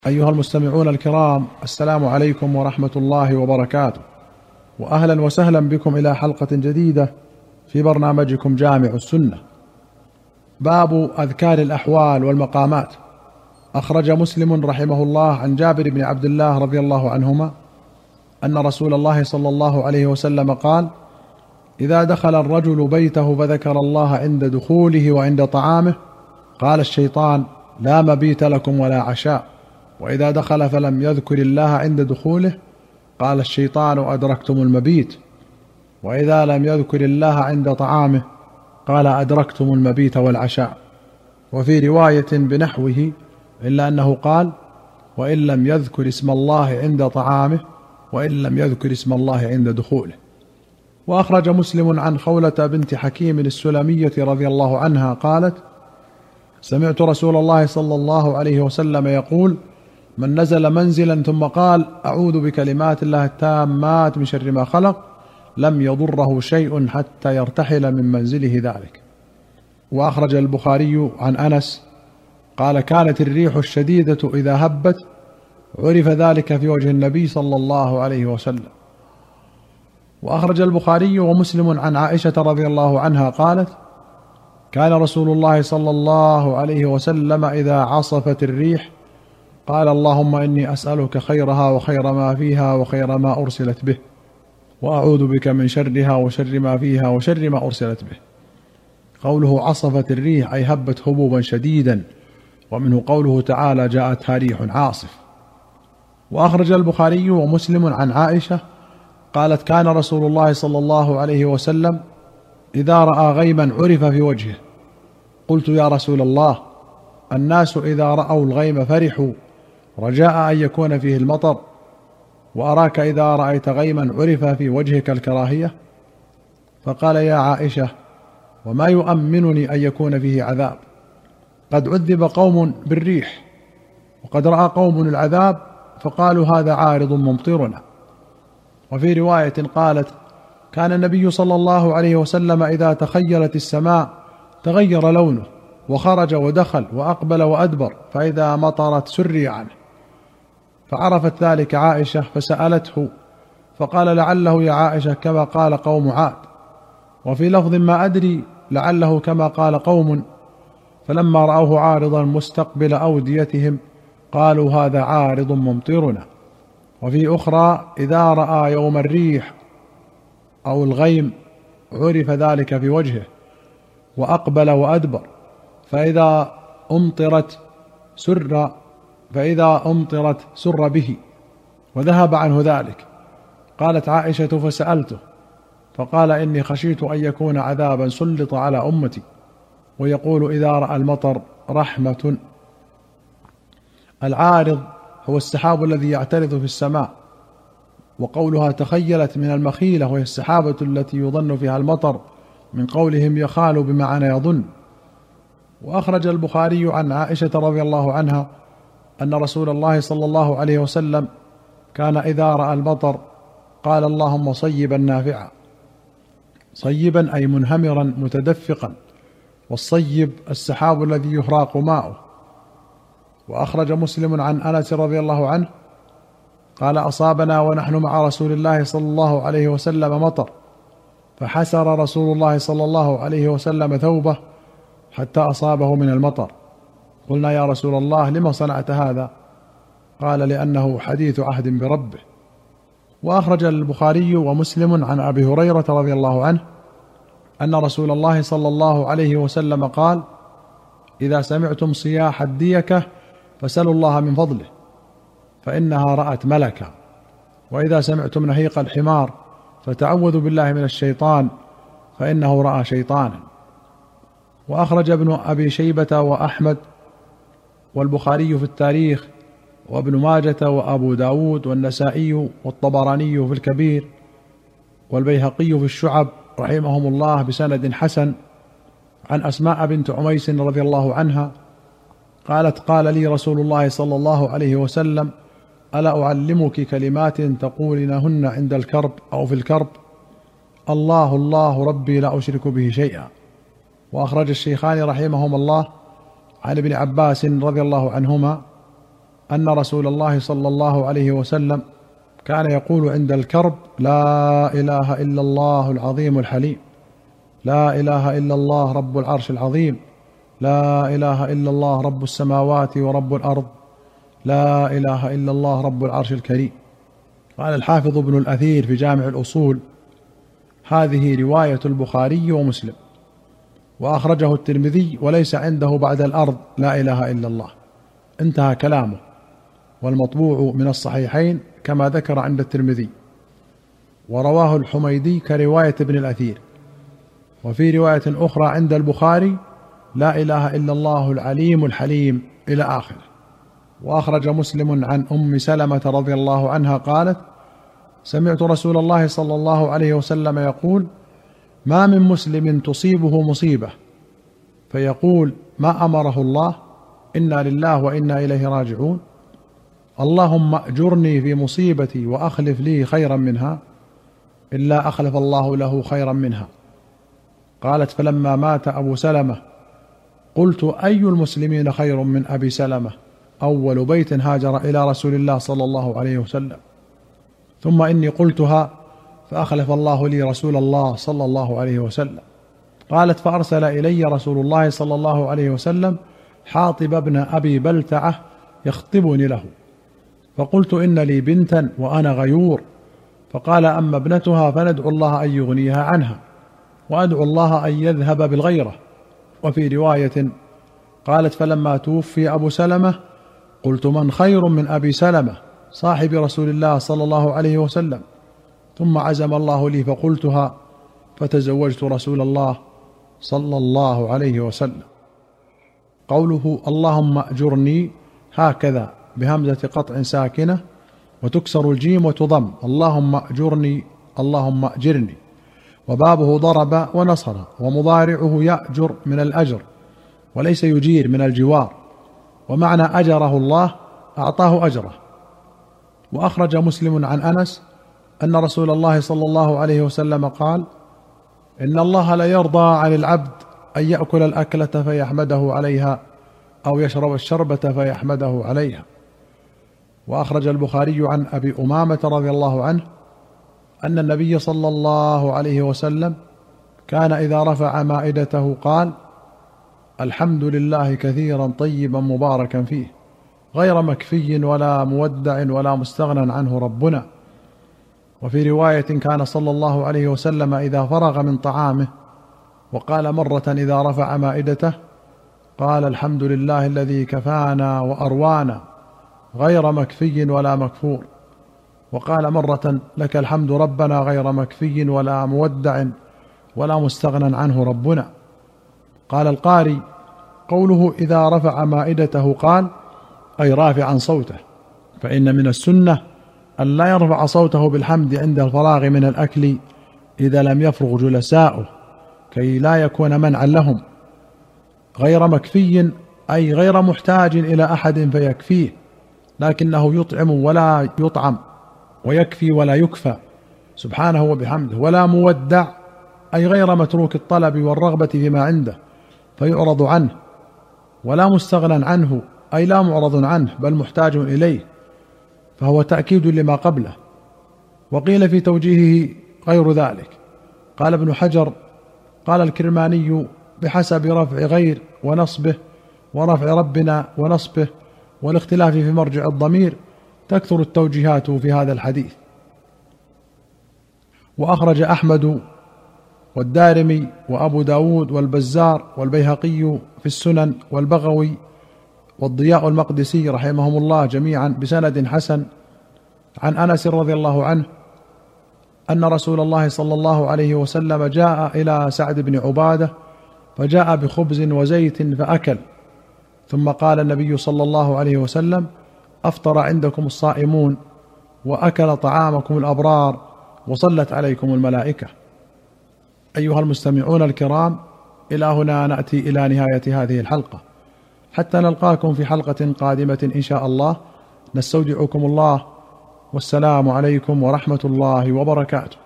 أيها المستمعون الكرام، السلام عليكم ورحمة الله وبركاته، وأهلا وسهلا بكم إلى حلقة جديدة في برنامجكم جامع السنة. باب أذكار الأحوال والمقامات. أخرج مسلم رحمه الله عن جابر بن عبد الله رضي الله عنهما أن رسول الله صلى الله عليه وسلم قال: إذا دخل الرجل بيته فذكر الله عند دخوله وعند طعامه قال الشيطان: لا مبيت لكم ولا عشاء. وإذا دخل فلم يذكر الله عند دخوله قال الشيطان: أدركتم المبيت. وإذا لم يذكر الله عند طعامه قال: أدركتم المبيت والعشاء. وفي رواية بنحوه إلا أنه قال: وإن لم يذكر اسم الله عند طعامه وإن لم يذكر اسم الله عند دخوله. وأخرج مسلم عن خولة بنت حكيم السلمية رضي الله عنها قالت: سمعت رسول الله صلى الله عليه وسلم يقول: من نزل منزلا ثم قال: أعوذ بكلمات الله التامات من شر ما خلق لم يضره شيء حتى يرتحل من منزله ذلك. وأخرج البخاري عن أنس قال: كانت الريح الشديدة إذا هبت عرف ذلك في وجه النبي صلى الله عليه وسلم. وأخرج البخاري ومسلم عن عائشة رضي الله عنها قالت: كان رسول الله صلى الله عليه وسلم إذا عصفت الريح قال: اللهم إني أسألك خيرها وخير ما فيها وخير ما أرسلت به، وأعوذ بك من شرها وشر ما فيها وشر ما أرسلت به. قوله عصفت الريح أي هبت هبوبا شديدا، ومنه قوله تعالى: جاءتها ريح عاصف. وأخرج البخاري ومسلم عن عائشة قالت: كان رسول الله صلى الله عليه وسلم إذا رأى غيما عرف في وجهه. قلت: يا رسول الله، الناس إذا رأوا الغيم فرحوا رجاء أن يكون فيه المطر، وأراك إذا رأيت غيما عرف في وجهك الكراهية. فقال: يا عائشة، وما يؤمنني أن يكون فيه عذاب؟ قد عذب قوم بالريح، وقد رأى قوم العذاب فقالوا هذا عارض ممطرنا. وفي رواية قالت: كان النبي صلى الله عليه وسلم إذا تخيلت السماء تغير لونه، وخرج ودخل وأقبل وأدبر، فإذا مطرت سري عنه. فعرفت ذلك عائشة فسألته فقال: لعله يا عائشة كما قال قوم عاد. وفي لفظ: ما أدري، لعله كما قال قوم. فلما رأوه عارضا مستقبل أوديتهم قالوا هذا عارض ممطرنا. وفي أخرى: إذا رأى يوم الريح أو الغيم عرف ذلك في وجهه وأقبل وأدبر، فإذا أمطرت سر به وذهب عنه ذلك. قالت عائشة: فسألته فقال: إني خشيت أن يكون عذابا سلط على أمتي. ويقول: إذا رأى المطر رحمة. العارض هو السحاب الذي يعترض في السماء. وقولها تخيلت من المخيلة، وهي السحابة التي يظن فيها المطر، من قولهم يخال بمعنى يظن. وأخرج البخاري عن عائشة رضي الله عنها أن رسول الله صلى الله عليه وسلم كان إذا رأى المطر قال: اللهم صيبا نافعا. صيبا أي منهمرا متدفقا، والصيب السحاب الذي يهراق ماؤه. وأخرج مسلم عن أنس رضي الله عنه قال: أصابنا ونحن مع رسول الله صلى الله عليه وسلم مطر، فحسر رسول الله صلى الله عليه وسلم ثوبه حتى أصابه من المطر. قلنا: يا رسول الله، لما صنعت هذا؟ قال: لأنه حديث عهد بربه. وأخرج البخاري ومسلم عن أبي هريرة رضي الله عنه أن رسول الله صلى الله عليه وسلم قال: إذا سمعتم صياح الديكة فسلوا الله من فضله فإنها رأت ملكا، وإذا سمعتم نهيق الحمار فتعوذوا بالله من الشيطان فإنه رأى شيطانا. وأخرج ابن أبي شيبة وأحمد والبخاري في التاريخ وابن ماجة وأبو داود والنسائي والطبراني في الكبير والبيهقي في الشعب رحمهم الله بسند حسن عن أسماء بنت عميس رضي الله عنها قالت: قال لي رسول الله صلى الله عليه وسلم: ألا أعلمك كلمات تقولنهن عند الكرب أو في الكرب؟ الله الله ربي لا أشرك به شيئا. وأخرج الشيخان رحمهما الله عن ابن عباس رضي الله عنهما أن رسول الله صلى الله عليه وسلم كان يقول عند الكرب: لا إله إلا الله العظيم الحليم، لا إله إلا الله رب العرش العظيم، لا إله إلا الله رب السماوات ورب الأرض، لا إله إلا الله رب العرش الكريم. قال الحافظ ابن الأثير في جامع الأصول: هذه رواية البخاري ومسلم، وأخرجه الترمذي وليس عنده بعد الأرض لا إله إلا الله. انتهى كلامه، والمطبوع من الصحيحين كما ذكر عند الترمذي، ورواه الحميدي كرواية ابن الأثير. وفي رواية أخرى عند البخاري: لا إله إلا الله العليم الحليم إلى آخره. وأخرج مسلم عن أم سلمة رضي الله عنها قالت: سمعت رسول الله صلى الله عليه وسلم يقول: ما من مسلم تصيبه مصيبة فيقول ما أمره الله، إنا لله وإنا إليه راجعون، اللهم أجرني في مصيبتي وأخلف لي خيرا منها، إلا أخلف الله له خيرا منها. قالت: فلما مات أبو سلمة قلت: أي المسلمين خير من أبي سلمة، أول بيت هاجر إلى رسول الله صلى الله عليه وسلم، ثم إني قلتها فأخلف الله لي رسول الله صلى الله عليه وسلم. قالت: فأرسل إلي رسول الله صلى الله عليه وسلم حاطب بن أبي بلتعة يخطبني له، فقلت: إن لي بنتا وأنا غيور، فقال: أما ابنتها فندعو الله أن يغنيها عنها، وأدعو الله أن يذهب بالغيرة. وفي رواية قالت: فلما توفي أبو سلمة قلت: من خير من أبي سلمة صاحب رسول الله صلى الله عليه وسلم، ثم عزم الله لي فقلتها، فتزوجت رسول الله صلى الله عليه وسلم. قوله اللهم أجرني هكذا بهمزة قطع ساكنة، وتكسر الجيم وتضم: اللهم أجرني، اللهم أجرني. وبابه ضرب ونصر، ومضارعه يأجر من الأجر وليس يجير من الجوار، ومعنى أجره الله أعطاه أجره. وأخرج مسلم عن أنس أن رسول الله صلى الله عليه وسلم قال: إن الله لا يرضى عن العبد أن يأكل الأكلة فيحمده عليها، أو يشرب الشربة فيحمده عليها. وأخرج البخاري عن أبي أمامة رضي الله عنه أن النبي صلى الله عليه وسلم كان إذا رفع مائدته قال: الحمد لله كثيرا طيبا مباركا فيه، غير مكفي ولا مودع ولا مستغنى عنه ربنا. وفي رواية كان صلى الله عليه وسلم إذا فرغ من طعامه وقال مرة إذا رفع مائدته قال: الحمد لله الذي كفانا وأروانا، غير مكفي ولا مكفور. وقال مرة: لك الحمد ربنا، غير مكفي ولا مودع ولا مستغنى عنه ربنا. قال القاري: قوله إذا رفع مائدته قال أي رافعا صوته، فإن من السنة أن لا يرفع صوته بالحمد عند الفراغ من الأكل إذا لم يفرغ جلساؤه، كي لا يكون منعا لهم. غير مكفي أي غير محتاج إلى أحد فيكفيه، لكنه يطعم ولا يطعم، ويكفي ولا يكفى سبحانه وبحمده. ولا مودع أي غير متروك الطلب والرغبة فيما عنده فيعرض عنه. ولا مستغنى عنه أي لا معرض عنه بل محتاج إليه، فهو تأكيد لما قبله. وقيل في توجيهه غير ذلك. قال ابن حجر: قال الكرماني: بحسب رفع غير ونصبه، ورفع ربنا ونصبه، والاختلاف في مرجع الضمير تكثر التوجيهات في هذا الحديث. وأخرج أحمد والدارمي وأبو داود والبزار والبيهقي في السنن والبغوي والضياء المقدسي رحمهم الله جميعا بسند حسن عن أنس رضي الله عنه أن رسول الله صلى الله عليه وسلم جاء إلى سعد بن عبادة فجاء بخبز وزيت فأكل، ثم قال النبي صلى الله عليه وسلم: أفطر عندكم الصائمون، وأكل طعامكم الأبرار، وصلت عليكم الملائكة. أيها المستمعون الكرام، إلى هنا نأتي إلى نهاية هذه الحلقة، حتى نلقاكم في حلقة قادمة إن شاء الله. نستودعكم الله، والسلام عليكم ورحمة الله وبركاته.